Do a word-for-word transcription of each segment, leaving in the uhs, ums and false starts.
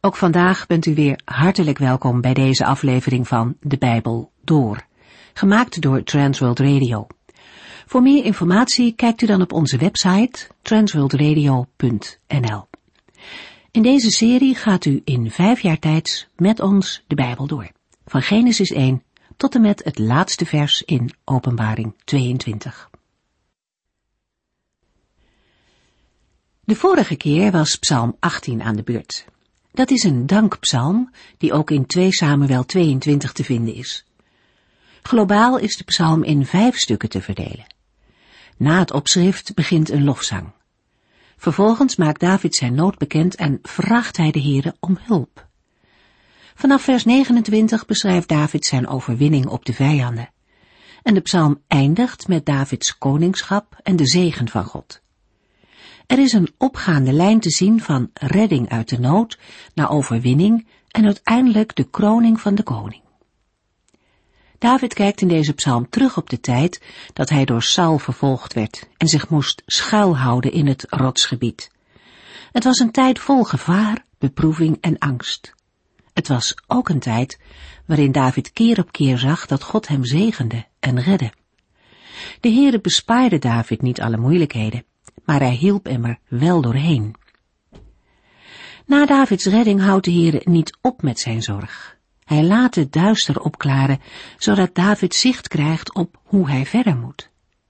Ook vandaag bent u weer hartelijk welkom bij deze aflevering van De Bijbel Door, gemaakt door Transworld Radio. Voor meer informatie kijkt u dan op onze website transworld radio punt n l. In deze serie gaat u in vijf jaar tijd met ons de Bijbel door, van Genesis één tot en met het laatste vers in Openbaring tweeëntwintig. De vorige keer was Psalm achttien aan de beurt. Dat is een dankpsalm die ook in twee Samuel tweeëntwintig te vinden is. Globaal is de psalm in vijf stukken te verdelen. Na het opschrift begint een lofzang. Vervolgens maakt David zijn nood bekend en vraagt hij de Heere om hulp. Vanaf vers negenentwintig beschrijft David zijn overwinning op de vijanden. En de psalm eindigt met Davids koningschap en de zegen van God. Er is een opgaande lijn te zien van redding uit de nood naar overwinning en uiteindelijk de kroning van de koning. David kijkt in deze psalm terug op de tijd dat hij door Saul vervolgd werd en zich moest schuilhouden in het rotsgebied. Het was een tijd vol gevaar, beproeving en angst. Het was ook een tijd waarin David keer op keer zag dat God hem zegende en redde. De Heere bespaarde David niet alle moeilijkheden, maar hij hielp hem er wel doorheen. Na Davids redding houdt de Heere niet op met zijn zorg. Hij laat het duister opklaren, zodat David zicht krijgt op hoe hij verder moet.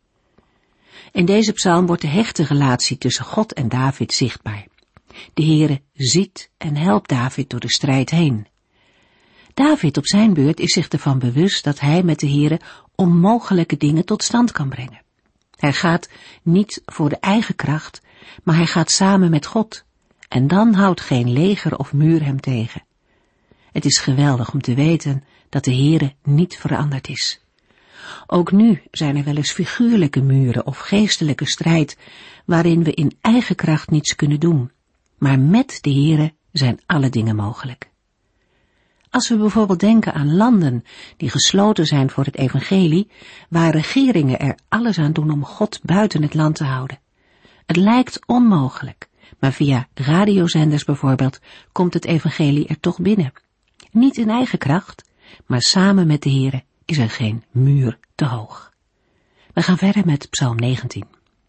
In deze psalm wordt de hechte relatie tussen God en David zichtbaar. De Heere ziet en helpt David door de strijd heen. David op zijn beurt is zich ervan bewust dat hij met de Heere onmogelijke dingen tot stand kan brengen. Hij gaat niet voor de eigen kracht, maar hij gaat samen met God. En dan houdt geen leger of muur hem tegen. Het is geweldig om te weten dat de Heere niet veranderd is. Ook nu zijn er wel eens figuurlijke muren of geestelijke strijd, waarin we in eigen kracht niets kunnen doen. Maar met de Heere zijn alle dingen mogelijk. Als we bijvoorbeeld denken aan landen die gesloten zijn voor het evangelie, waar regeringen er alles aan doen om God buiten het land te houden. Het lijkt onmogelijk, maar via radiozenders bijvoorbeeld komt het evangelie er toch binnen. Niet in eigen kracht, maar samen met de Heere is er geen muur te hoog. We gaan verder met Psalm negentien.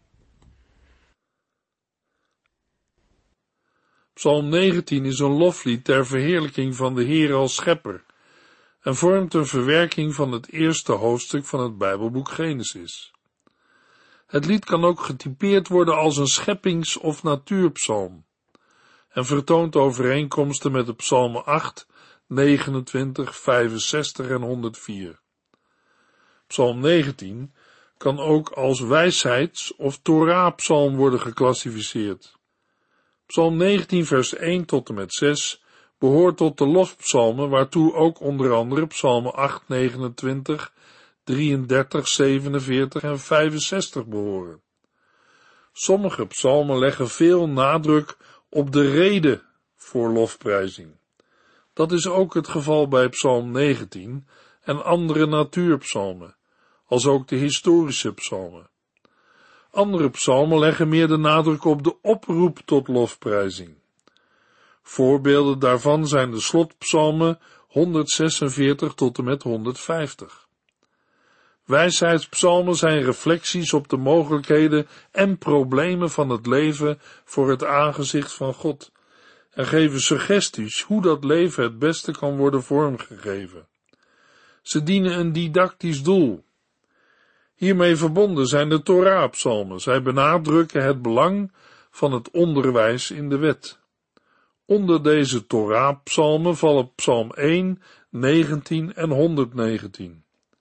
Psalm negentien is een loflied ter verheerlijking van de Heere als schepper en vormt een verwerking van het eerste hoofdstuk van het Bijbelboek Genesis. Het lied kan ook getypeerd worden als een scheppings- of natuurpsalm en vertoont overeenkomsten met de psalmen acht, negenentwintig, vijfenzestig en honderdvier. Psalm negentien kan ook als wijsheids- of Torah-psalm worden geclassificeerd. Psalm negentien vers één tot en met zes behoort tot de lofpsalmen, waartoe ook onder andere psalmen acht, negenentwintig, drieëndertig, zevenenveertig en vijfenzestig behoren. Sommige psalmen leggen veel nadruk op de reden voor lofprijzing. Dat is ook het geval bij psalm negentien en andere natuurpsalmen, als ook de historische psalmen. Andere psalmen leggen meer de nadruk op de oproep tot lofprijzing. Voorbeelden daarvan zijn de slotpsalmen honderdzesenveertig tot en met honderdvijftig. Wijsheidspsalmen zijn reflecties op de mogelijkheden en problemen van het leven voor het aangezicht van God en geven suggesties hoe dat leven het beste kan worden vormgegeven. Ze dienen een didactisch doel. Hiermee verbonden zijn de Torah-psalmen. Zij benadrukken het belang van het onderwijs in de wet. Onder deze Torah-psalmen vallen psalm één, negentien en honderdnegentien.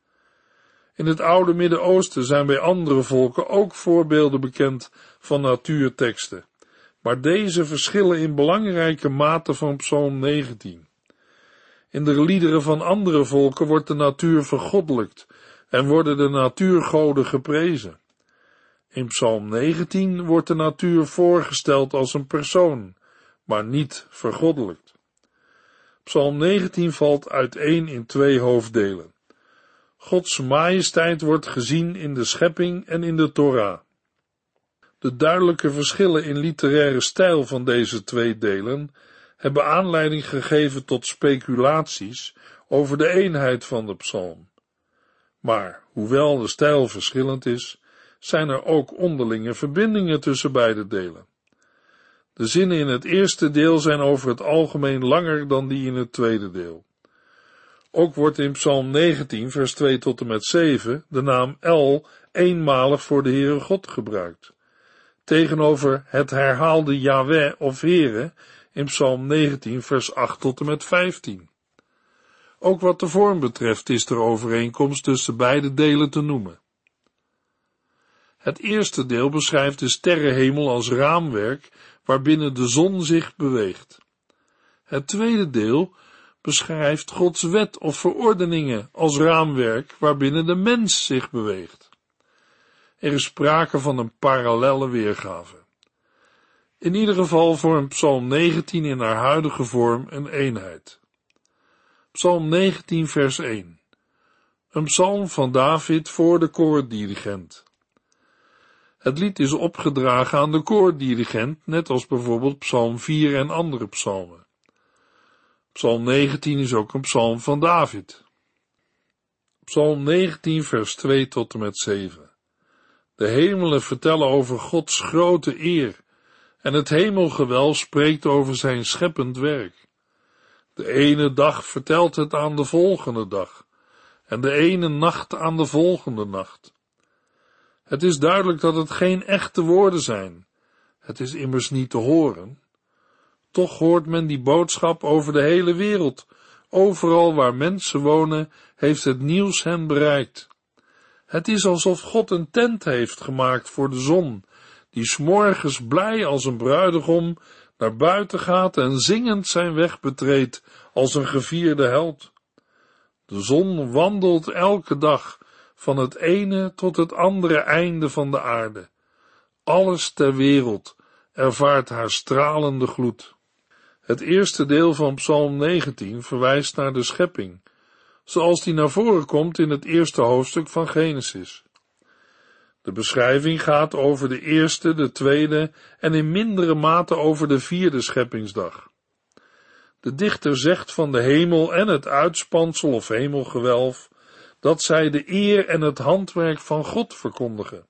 In het oude Midden-Oosten zijn bij andere volken ook voorbeelden bekend van natuurteksten, maar deze verschillen in belangrijke mate van psalm negentien. In de liederen van andere volken wordt de natuur vergoddelijkt en worden de natuurgoden geprezen. In psalm negentien wordt de natuur voorgesteld als een persoon, maar niet vergoddelijkt. Psalm negentien valt uiteen in twee hoofddelen. Gods majesteit wordt gezien in de schepping en in de Torah. De duidelijke verschillen in literaire stijl van deze twee delen hebben aanleiding gegeven tot speculaties over de eenheid van de psalm. Maar, hoewel de stijl verschillend is, zijn er ook onderlinge verbindingen tussen beide delen. De zinnen in het eerste deel zijn over het algemeen langer dan die in het tweede deel. Ook wordt in Psalm negentien, vers twee tot en met zeven, de naam El eenmalig voor de Heere God gebruikt, tegenover het herhaalde Yahweh of Heere in Psalm negentien, vers acht tot en met vijftien. Ook wat de vorm betreft is er overeenkomst tussen beide delen te noemen. Het eerste deel beschrijft de sterrenhemel als raamwerk waarbinnen de zon zich beweegt. Het tweede deel beschrijft Gods wet of verordeningen als raamwerk waarbinnen de mens zich beweegt. Er is sprake van een parallelle weergave. In ieder geval vormt Psalm negentien in haar huidige vorm een eenheid. Psalm negentien, vers één. Een psalm van David voor de koordirigent. Het lied is opgedragen aan de koordirigent, net als bijvoorbeeld Psalm vier en andere psalmen. Psalm negentien is ook een psalm van David. Psalm negentien, vers twee tot en met zeven. De hemelen vertellen over Gods grote eer, en het hemelgewelf spreekt over zijn scheppend werk. De ene dag vertelt het aan de volgende dag, en de ene nacht aan de volgende nacht. Het is duidelijk dat het geen echte woorden zijn. Het is immers niet te horen. Toch hoort men die boodschap over de hele wereld. Overal waar mensen wonen, heeft het nieuws hen bereikt. Het is alsof God een tent heeft gemaakt voor de zon, die 's morgens blij als een bruidegom naar buiten gaat en zingend zijn weg betreedt als een gevierde held. De zon wandelt elke dag van het ene tot het andere einde van de aarde. Alles ter wereld ervaart haar stralende gloed. Het eerste deel van Psalm negentien verwijst naar de schepping, zoals die naar voren komt in het eerste hoofdstuk van Genesis. De beschrijving gaat over de eerste, de tweede en in mindere mate over de vierde scheppingsdag. De dichter zegt van de hemel en het uitspansel of hemelgewelf dat zij de eer en het handwerk van God verkondigen.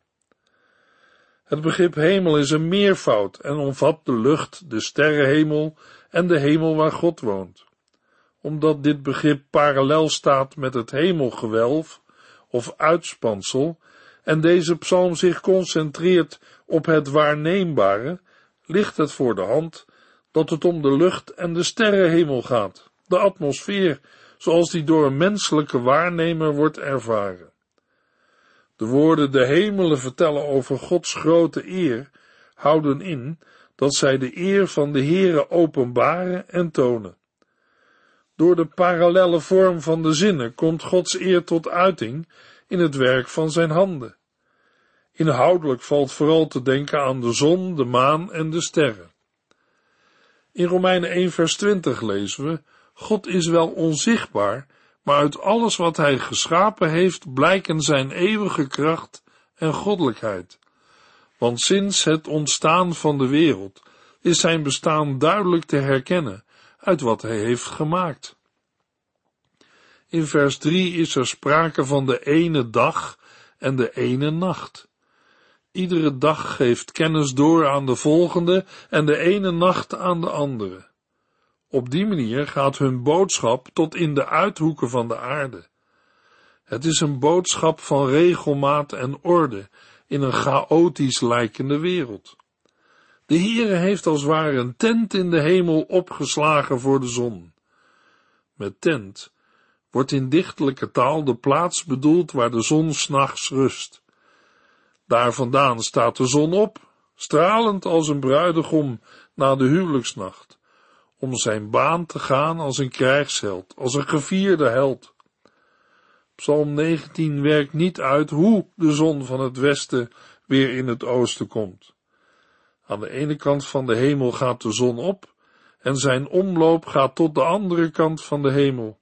Het begrip hemel is een meervoud en omvat de lucht, de sterrenhemel en de hemel waar God woont. Omdat dit begrip parallel staat met het hemelgewelf of uitspansel en deze psalm zich concentreert op het waarneembare, ligt het voor de hand dat het om de lucht en de sterrenhemel gaat, de atmosfeer, zoals die door een menselijke waarnemer wordt ervaren. De woorden de hemelen vertellen over Gods grote eer houden in dat zij de eer van de Heere openbaren en tonen. Door de parallelle vorm van de zinnen komt Gods eer tot uiting in het werk van zijn handen. Inhoudelijk valt vooral te denken aan de zon, de maan en de sterren. In Romeinen één vers twintig lezen we: God is wel onzichtbaar, maar uit alles wat hij geschapen heeft blijken zijn eeuwige kracht en goddelijkheid. Want sinds het ontstaan van de wereld is zijn bestaan duidelijk te herkennen uit wat hij heeft gemaakt. In vers drie is er sprake van de ene dag en de ene nacht. Iedere dag geeft kennis door aan de volgende en de ene nacht aan de andere. Op die manier gaat hun boodschap tot in de uithoeken van de aarde. Het is een boodschap van regelmaat en orde in een chaotisch lijkende wereld. De Heere heeft als ware een tent in de hemel opgeslagen voor de zon. Met tent wordt in dichterlijke taal de plaats bedoeld waar de zon 's nachts rust. Daar vandaan staat de zon op, stralend als een bruidegom na de huwelijksnacht, om zijn baan te gaan als een krijgsheld, als een gevierde held. Psalm negentien werkt niet uit hoe de zon van het westen weer in het oosten komt. Aan de ene kant van de hemel gaat de zon op en zijn omloop gaat tot de andere kant van de hemel.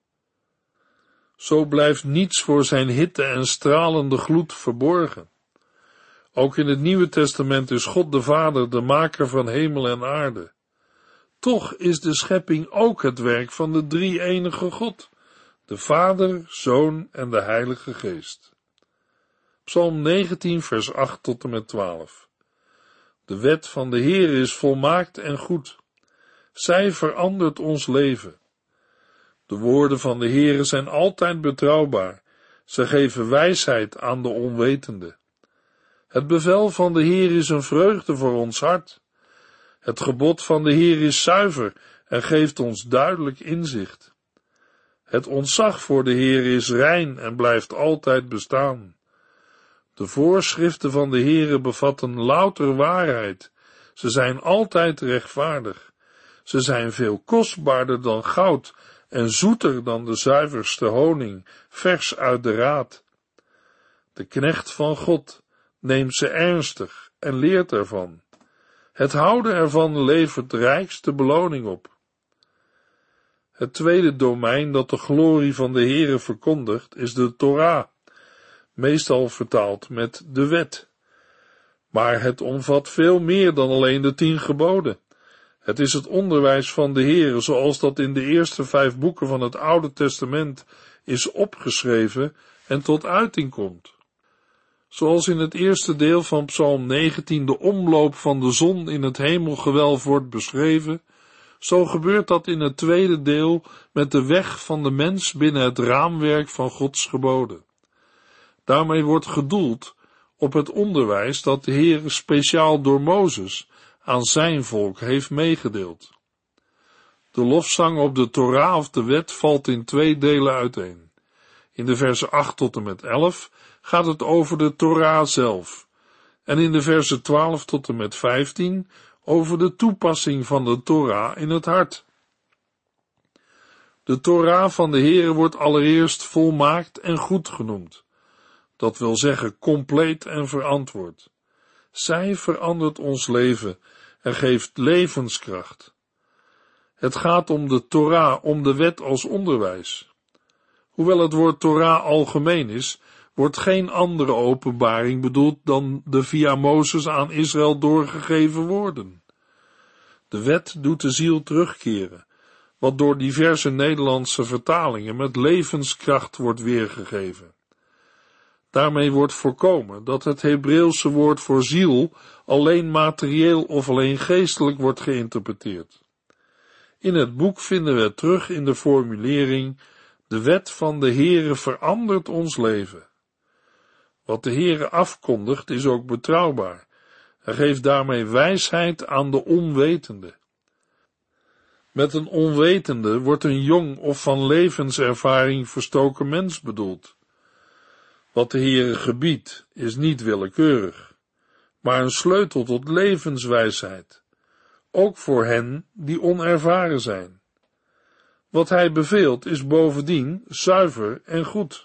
Zo blijft niets voor zijn hitte en stralende gloed verborgen. Ook in het Nieuwe Testament is God de Vader de maker van hemel en aarde. Toch is de schepping ook het werk van de drie-enige God, de Vader, Zoon en de Heilige Geest. Psalm negentien, vers acht tot en met twaalf. De wet van de Heer is volmaakt en goed. Zij verandert ons leven. De woorden van de Heere zijn altijd betrouwbaar. Ze geven wijsheid aan de onwetende. Het bevel van de Heer is een vreugde voor ons hart. Het gebod van de Heer is zuiver en geeft ons duidelijk inzicht. Het ontzag voor de Heer is rein en blijft altijd bestaan. De voorschriften van de Heere bevatten louter waarheid. Ze zijn altijd rechtvaardig. Ze zijn veel kostbaarder dan goud en zoeter dan de zuiverste honing, vers uit de raad. De knecht van God neemt ze ernstig en leert ervan. Het houden ervan levert de rijkste beloning op. Het tweede domein dat de glorie van de Heere verkondigt is de Torah, meestal vertaald met de wet. Maar het omvat veel meer dan alleen de tien geboden. Het is het onderwijs van de Heere, zoals dat in de eerste vijf boeken van het Oude Testament is opgeschreven en tot uiting komt. Zoals in het eerste deel van Psalm negentien de omloop van de zon in het hemelgewelf wordt beschreven, zo gebeurt dat in het tweede deel met de weg van de mens binnen het raamwerk van Gods geboden. Daarmee wordt gedoeld op het onderwijs dat de Heere speciaal door Mozes aan zijn volk heeft meegedeeld. De lofzang op de Torah of de wet valt in twee delen uiteen. In de versen acht tot en met elf gaat het over de Torah zelf, en in de versen twaalf tot en met vijftien over de toepassing van de Torah in het hart. De Torah van de Heere wordt allereerst volmaakt en goed genoemd. Dat wil zeggen compleet en verantwoord. Zij verandert ons leven en geeft levenskracht. Het gaat om de Torah, om de wet als onderwijs. Hoewel het woord Torah algemeen is, wordt geen andere openbaring bedoeld dan de via Mozes aan Israël doorgegeven woorden. De wet doet de ziel terugkeren, wat door diverse Nederlandse vertalingen met levenskracht wordt weergegeven. Daarmee wordt voorkomen dat het Hebreeuwse woord voor ziel alleen materieel of alleen geestelijk wordt geïnterpreteerd. In het boek vinden we het terug in de formulering: de wet van de Heere verandert ons leven. Wat de Heere afkondigt is ook betrouwbaar. Hij geeft daarmee wijsheid aan de onwetende. Met een onwetende wordt een jong of van levenservaring verstoken mens bedoeld. Wat de Heere gebiedt is niet willekeurig, maar een sleutel tot levenswijsheid, ook voor hen die onervaren zijn. Wat hij beveelt is bovendien zuiver en goed.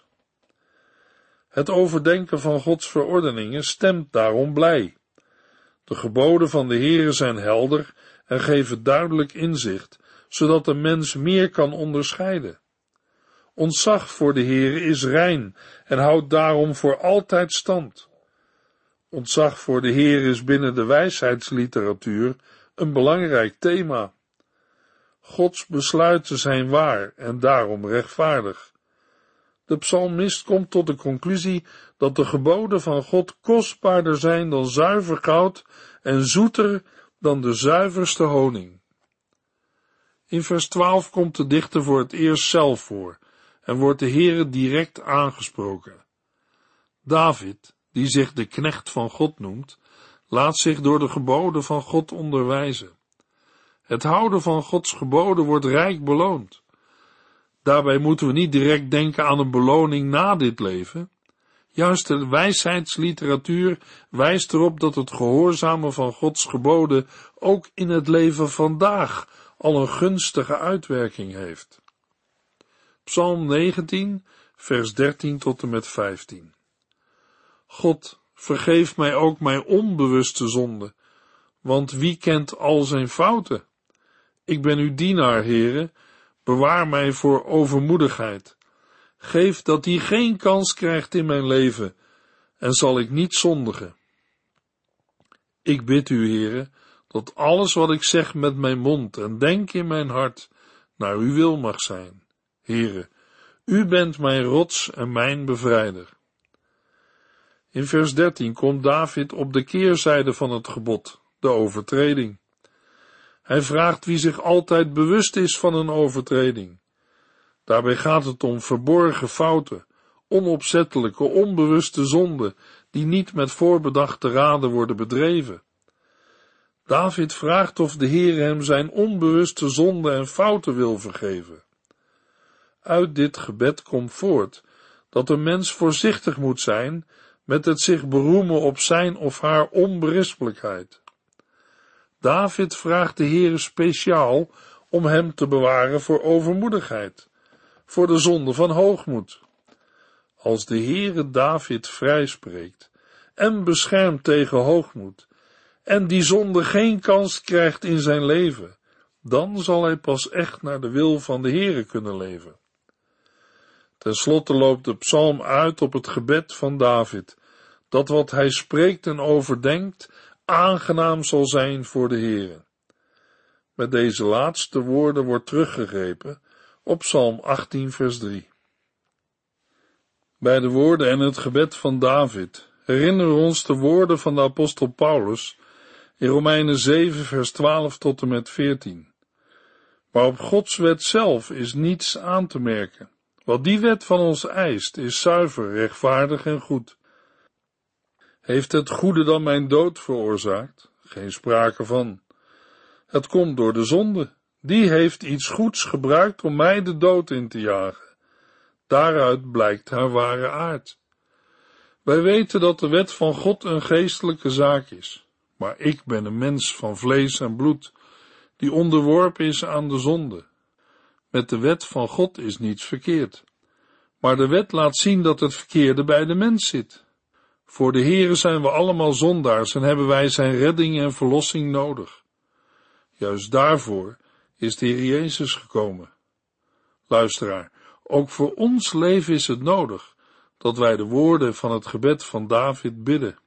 Het overdenken van Gods verordeningen stemt daarom blij. De geboden van de Heere zijn helder en geven duidelijk inzicht, zodat de mens meer kan onderscheiden. Ontzag voor de Heere is rein en houdt daarom voor altijd stand. Ontzag voor de Heere is binnen de wijsheidsliteratuur een belangrijk thema. Gods besluiten zijn waar en daarom rechtvaardig. De psalmist komt tot de conclusie dat de geboden van God kostbaarder zijn dan zuiver goud en zoeter dan de zuiverste honing. In vers twaalf komt de dichter voor het eerst zelf voor en wordt de Heere direct aangesproken. David, die zich de knecht van God noemt, laat zich door de geboden van God onderwijzen. Het houden van Gods geboden wordt rijk beloond. Daarbij moeten we niet direct denken aan een beloning na dit leven. Juist de wijsheidsliteratuur wijst erop dat het gehoorzamen van Gods geboden ook in het leven vandaag al een gunstige uitwerking heeft. Psalm negentien, vers dertien tot en met vijftien. God, vergeef mij ook mijn onbewuste zonde, want wie kent al zijn fouten? Ik ben uw dienaar, Heere, bewaar mij voor overmoedigheid. Geef dat die geen kans krijgt in mijn leven, en zal ik niet zondigen. Ik bid u, Heere, dat alles wat ik zeg met mijn mond en denk in mijn hart naar uw wil mag zijn. Heere, u bent mijn rots en mijn bevrijder. In vers dertien komt David op de keerzijde van het gebod, de overtreding. Hij vraagt wie zich altijd bewust is van een overtreding. Daarbij gaat het om verborgen fouten, onopzettelijke, onbewuste zonden, die niet met voorbedachte raden worden bedreven. David vraagt of de Heere hem zijn onbewuste zonden en fouten wil vergeven. Uit dit gebed komt voort dat een mens voorzichtig moet zijn met het zich beroemen op zijn of haar onberispelijkheid. David vraagt de Heere speciaal om hem te bewaren voor overmoedigheid, voor de zonde van hoogmoed. Als de Heere David vrijspreekt en beschermt tegen hoogmoed, en die zonde geen kans krijgt in zijn leven, dan zal hij pas echt naar de wil van de Heere kunnen leven. Ten slotte loopt de psalm uit op het gebed van David, dat wat hij spreekt en overdenkt, aangenaam zal zijn voor de Heere. Met deze laatste woorden wordt teruggegrepen op psalm achttien vers drie. Bij de woorden en het gebed van David herinneren ons de woorden van de apostel Paulus in Romeinen zeven vers twaalf tot en met veertien. Maar op Gods wet zelf is niets aan te merken. Wat die wet van ons eist, is zuiver, rechtvaardig en goed. Heeft het goede dan mijn dood veroorzaakt? Geen sprake van. Het komt door de zonde. Die heeft iets goeds gebruikt om mij de dood in te jagen. Daaruit blijkt haar ware aard. Wij weten dat de wet van God een geestelijke zaak is, maar ik ben een mens van vlees en bloed, die onderworpen is aan de zonde. Met de wet van God is niets verkeerd, maar de wet laat zien dat het verkeerde bij de mens zit. Voor de Heere zijn we allemaal zondaars en hebben wij zijn redding en verlossing nodig. Juist daarvoor is de Heer Jezus gekomen. Luisteraar, ook voor ons leven is het nodig dat wij de woorden van het gebed van David bidden.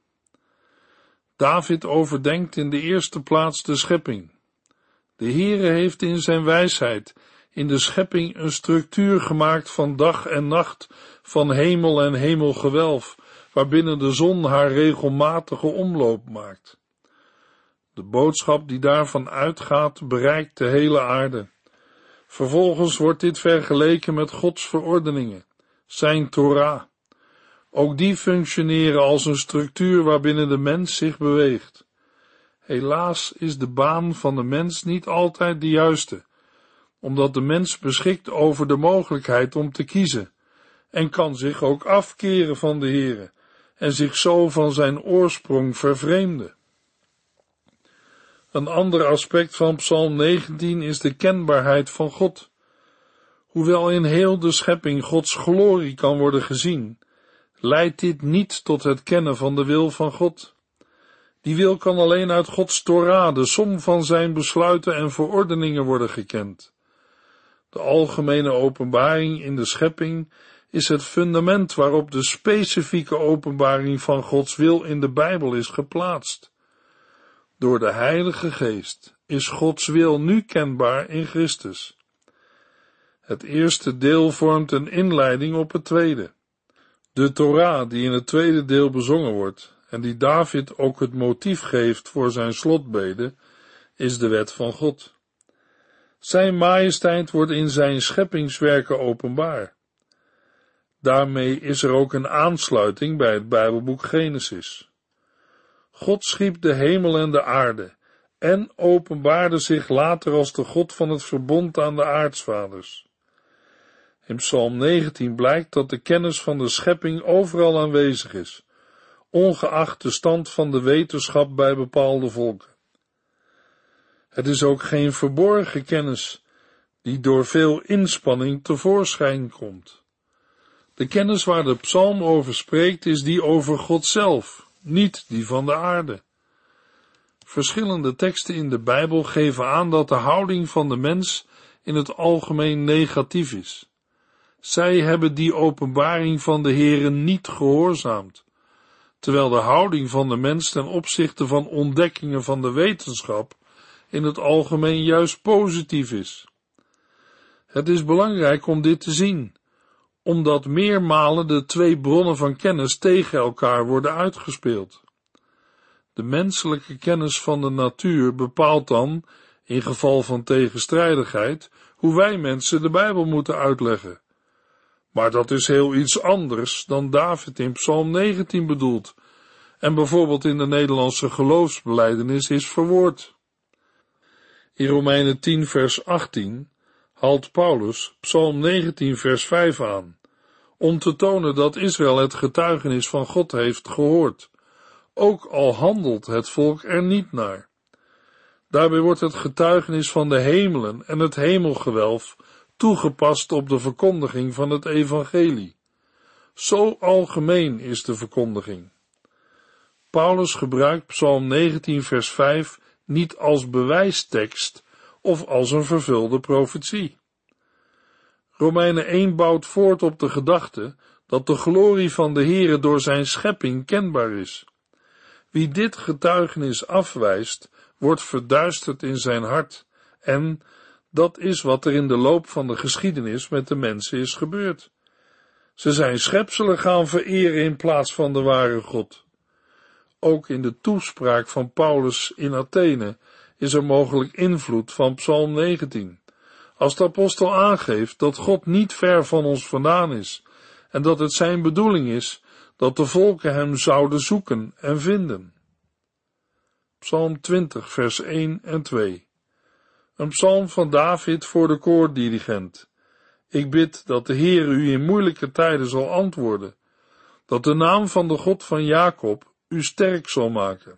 David overdenkt in de eerste plaats de schepping. De Heere heeft in zijn wijsheid in de schepping een structuur gemaakt van dag en nacht, van hemel en hemelgewelf, waarbinnen de zon haar regelmatige omloop maakt. De boodschap die daarvan uitgaat, bereikt de hele aarde. Vervolgens wordt dit vergeleken met Gods verordeningen, zijn Torah. Ook die functioneren als een structuur waarbinnen de mens zich beweegt. Helaas is de baan van de mens niet altijd de juiste, omdat de mens beschikt over de mogelijkheid om te kiezen, en kan zich ook afkeren van de Heere, en zich zo van zijn oorsprong vervreemden. Een ander aspect van Psalm negentien is de kenbaarheid van God. Hoewel in heel de schepping Gods glorie kan worden gezien, leidt dit niet tot het kennen van de wil van God. Die wil kan alleen uit Gods Torah, de som van zijn besluiten en verordeningen, worden gekend. De algemene openbaring in de schepping is het fundament waarop de specifieke openbaring van Gods wil in de Bijbel is geplaatst. Door de Heilige Geest is Gods wil nu kenbaar in Christus. Het eerste deel vormt een inleiding op het tweede. De Torah die in het tweede deel bezongen wordt en die David ook het motief geeft voor zijn slotbede, is de wet van God. Zijn majesteit wordt in zijn scheppingswerken openbaar. Daarmee is er ook een aansluiting bij het Bijbelboek Genesis. God schiep de hemel en de aarde en openbaarde zich later als de God van het verbond aan de aartsvaders. In Psalm negentien blijkt dat de kennis van de schepping overal aanwezig is, ongeacht de stand van de wetenschap bij bepaalde volken. Het is ook geen verborgen kennis, die door veel inspanning tevoorschijn komt. De kennis waar de psalm over spreekt is die over God zelf, niet die van de aarde. Verschillende teksten in de Bijbel geven aan dat de houding van de mens in het algemeen negatief is. Zij hebben die openbaring van de Heere niet gehoorzaamd. terwijl de houding van de mens ten opzichte van ontdekkingen van de wetenschap in het algemeen juist positief is. Het is belangrijk om dit te zien, omdat meermalen de twee bronnen van kennis tegen elkaar worden uitgespeeld. De menselijke kennis van de natuur bepaalt dan, in geval van tegenstrijdigheid, hoe wij mensen de Bijbel moeten uitleggen. Maar dat is heel iets anders dan David in Psalm negentien bedoelt, en bijvoorbeeld in de Nederlandse geloofsbelijdenis is verwoord. In Romeinen tien vers achttien haalt Paulus Psalm negentien vers vijf aan, om te tonen dat Israël het getuigenis van God heeft gehoord, ook al handelt het volk er niet naar. Daarbij wordt het getuigenis van de hemelen en het hemelgewelf toegepast op de verkondiging van het evangelie. Zo algemeen is de verkondiging. Paulus gebruikt Psalm negentien vers vijf niet als bewijstekst of als een vervulde profetie. Romeinen één bouwt voort op de gedachte dat de glorie van de Heere door zijn schepping kenbaar is. Wie dit getuigenis afwijst, wordt verduisterd in zijn hart, en dat is wat er in de loop van de geschiedenis met de mensen is gebeurd. Ze zijn schepselen gaan vereren in plaats van de ware God. Ook in de toespraak van Paulus in Athene is er mogelijk invloed van Psalm negentien, als de apostel aangeeft dat God niet ver van ons vandaan is en dat het zijn bedoeling is dat de volken hem zouden zoeken en vinden. Psalm twintig vers één en twee. Een psalm van David voor de koordirigent. Ik bid dat de Heer u in moeilijke tijden zal antwoorden, dat de naam van de God van Jacob u sterk zal maken.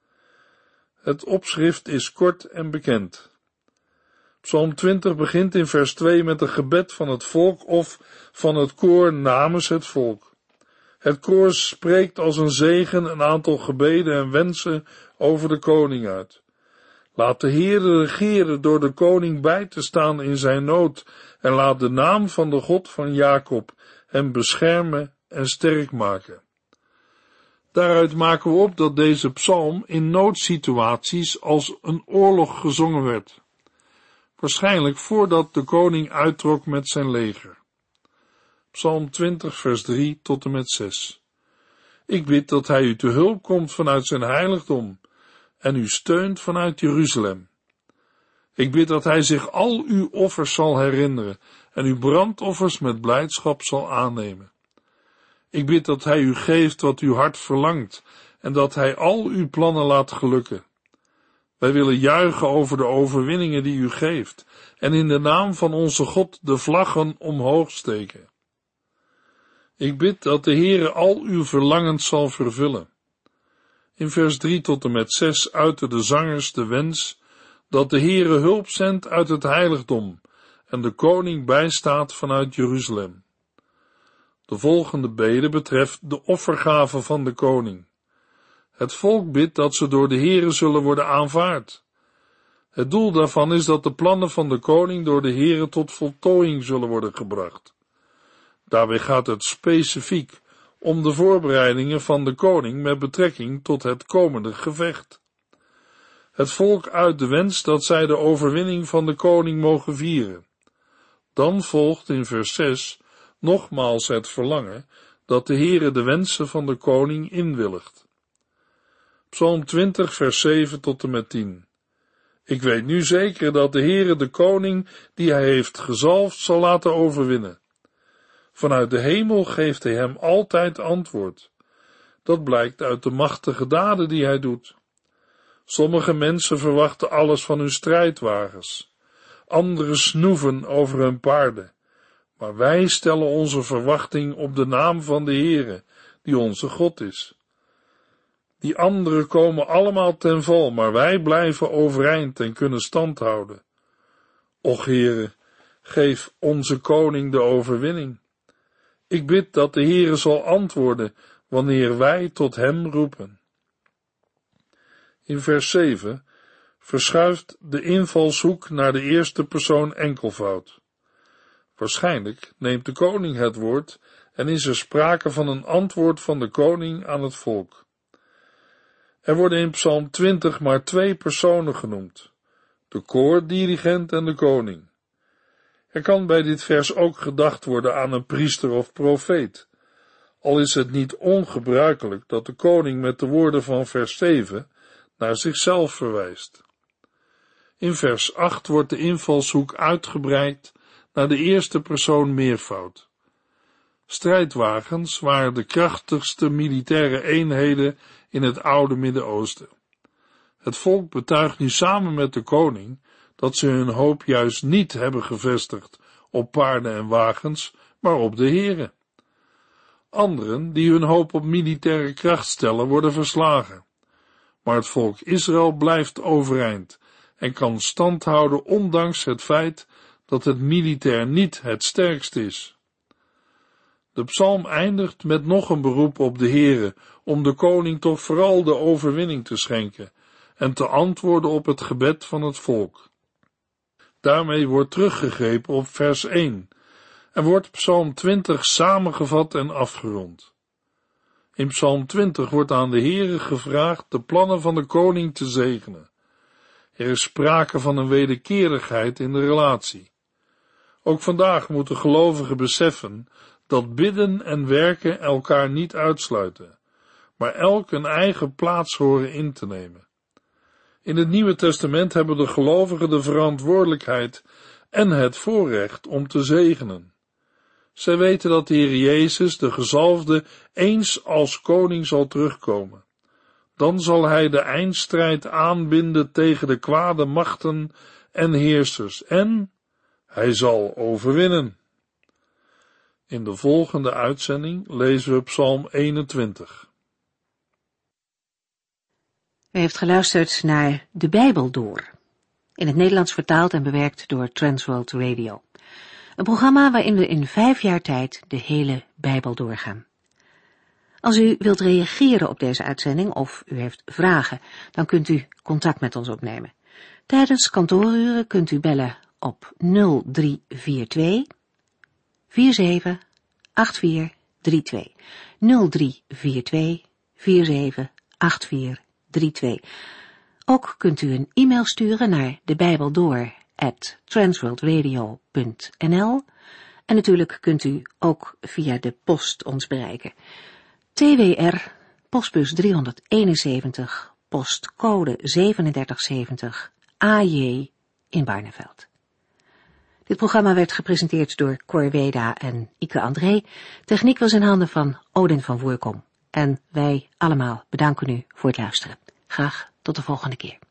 Het opschrift is kort en bekend. Psalm twintig begint in vers twee met een gebed van het volk of van het koor namens het volk. Het koor spreekt als een zegen een aantal gebeden en wensen over de koning uit. Laat de Heere regeren door de koning bij te staan in zijn nood en laat de naam van de God van Jacob hem beschermen en sterk maken. Daaruit maken we op dat deze psalm in noodsituaties als een oorlog gezongen werd. Waarschijnlijk voordat de koning uittrok met zijn leger. Psalm twintig vers drie tot en met zes. Ik bid dat hij u te hulp komt vanuit zijn heiligdom en u steunt vanuit Jeruzalem. Ik bid dat hij zich al uw offers zal herinneren en uw brandoffers met blijdschap zal aannemen. Ik bid dat hij u geeft wat uw hart verlangt en dat hij al uw plannen laat gelukken. Wij willen juichen over de overwinningen die u geeft en in de naam van onze God de vlaggen omhoog steken. Ik bid dat de Heere al uw verlangens zal vervullen. In vers drie tot en met zes uiten de zangers de wens dat de Heere hulp zendt uit het heiligdom en de koning bijstaat vanuit Jeruzalem. De volgende bede betreft de offergave van de koning. Het volk bidt dat ze door de Heere zullen worden aanvaard. Het doel daarvan is dat de plannen van de koning door de Heere tot voltooiing zullen worden gebracht. Daarbij gaat het specifiek om de voorbereidingen van de koning met betrekking tot het komende gevecht. Het volk uit de wens dat zij de overwinning van de koning mogen vieren. Dan volgt in vers zes nogmaals het verlangen dat de Heere de wensen van de koning inwilligt. Psalm twintig vers zeven tot en met tien. Ik weet nu zeker dat de Heere de koning die hij heeft gezalfd zal laten overwinnen. Vanuit de hemel geeft hij hem altijd antwoord. Dat blijkt uit de machtige daden die hij doet. Sommige mensen verwachten alles van hun strijdwagens. Anderen snoeven over hun paarden. Maar wij stellen onze verwachting op de naam van de Heere, die onze God is. Die anderen komen allemaal ten val, maar wij blijven overeind en kunnen stand houden. Och Heere, geef onze koning de overwinning. Ik bid dat de Heere zal antwoorden wanneer wij tot hem roepen. In vers zeven verschuift de invalshoek naar de eerste persoon enkelvoud. Waarschijnlijk neemt de koning het woord en is er sprake van een antwoord van de koning aan het volk. Er worden in Psalm twintig maar twee personen genoemd, de koordirigent en de koning. Er kan bij dit vers ook gedacht worden aan een priester of profeet, al is het niet ongebruikelijk dat de koning met de woorden van vers zeven naar zichzelf verwijst. In vers acht wordt de invalshoek uitgebreid naar de eerste persoon meervoud. Strijdwagens waren de krachtigste militaire eenheden in het oude Midden-Oosten. Het volk betuigt nu samen met de koning dat ze hun hoop juist niet hebben gevestigd op paarden en wagens, maar op de Here. Anderen, die hun hoop op militaire kracht stellen, worden verslagen. Maar het volk Israël blijft overeind en kan stand houden ondanks het feit dat het militair niet het sterkst is. De psalm eindigt met nog een beroep op de Here om de koning toch vooral de overwinning te schenken en te antwoorden op het gebed van het volk. Daarmee wordt teruggegrepen op vers één en wordt psalm twintig samengevat en afgerond. In psalm twintig wordt aan de Here gevraagd de plannen van de koning te zegenen. Er is sprake van een wederkerigheid in de relatie. Ook vandaag moeten gelovigen beseffen dat bidden en werken elkaar niet uitsluiten, maar elk een eigen plaats horen in te nemen. In het Nieuwe Testament hebben de gelovigen de verantwoordelijkheid en het voorrecht om te zegenen. Zij weten dat de Heer Jezus, de gezalfde, eens als koning zal terugkomen. Dan zal hij de eindstrijd aanbinden tegen de kwade machten en heersers en hij zal overwinnen. In de volgende uitzending lezen we Psalm eenentwintig. U heeft geluisterd naar De Bijbel Door, in het Nederlands vertaald en bewerkt door Transworld Radio. Een programma waarin we in vijf jaar tijd de hele Bijbel doorgaan. Als u wilt reageren op deze uitzending of u heeft vragen, dan kunt u contact met ons opnemen. Tijdens kantooruren kunt u bellen op nul drie vier twee vier zeven acht vier drie twee. nul drie vier twee vier zeven acht vier drie twee. Ook kunt u een e-mail sturen naar debijbeldoor at transworldradio punt n l en natuurlijk kunt u ook via de post ons bereiken. T W R, postbus driehonderdeenenzeventig, postcode zevenendertig zeventig, A J in Barneveld. Dit programma werd gepresenteerd door Cor Weda en Ike André. Techniek was in handen van Odin van Woerkom. En wij allemaal bedanken u voor het luisteren. Graag tot de volgende keer.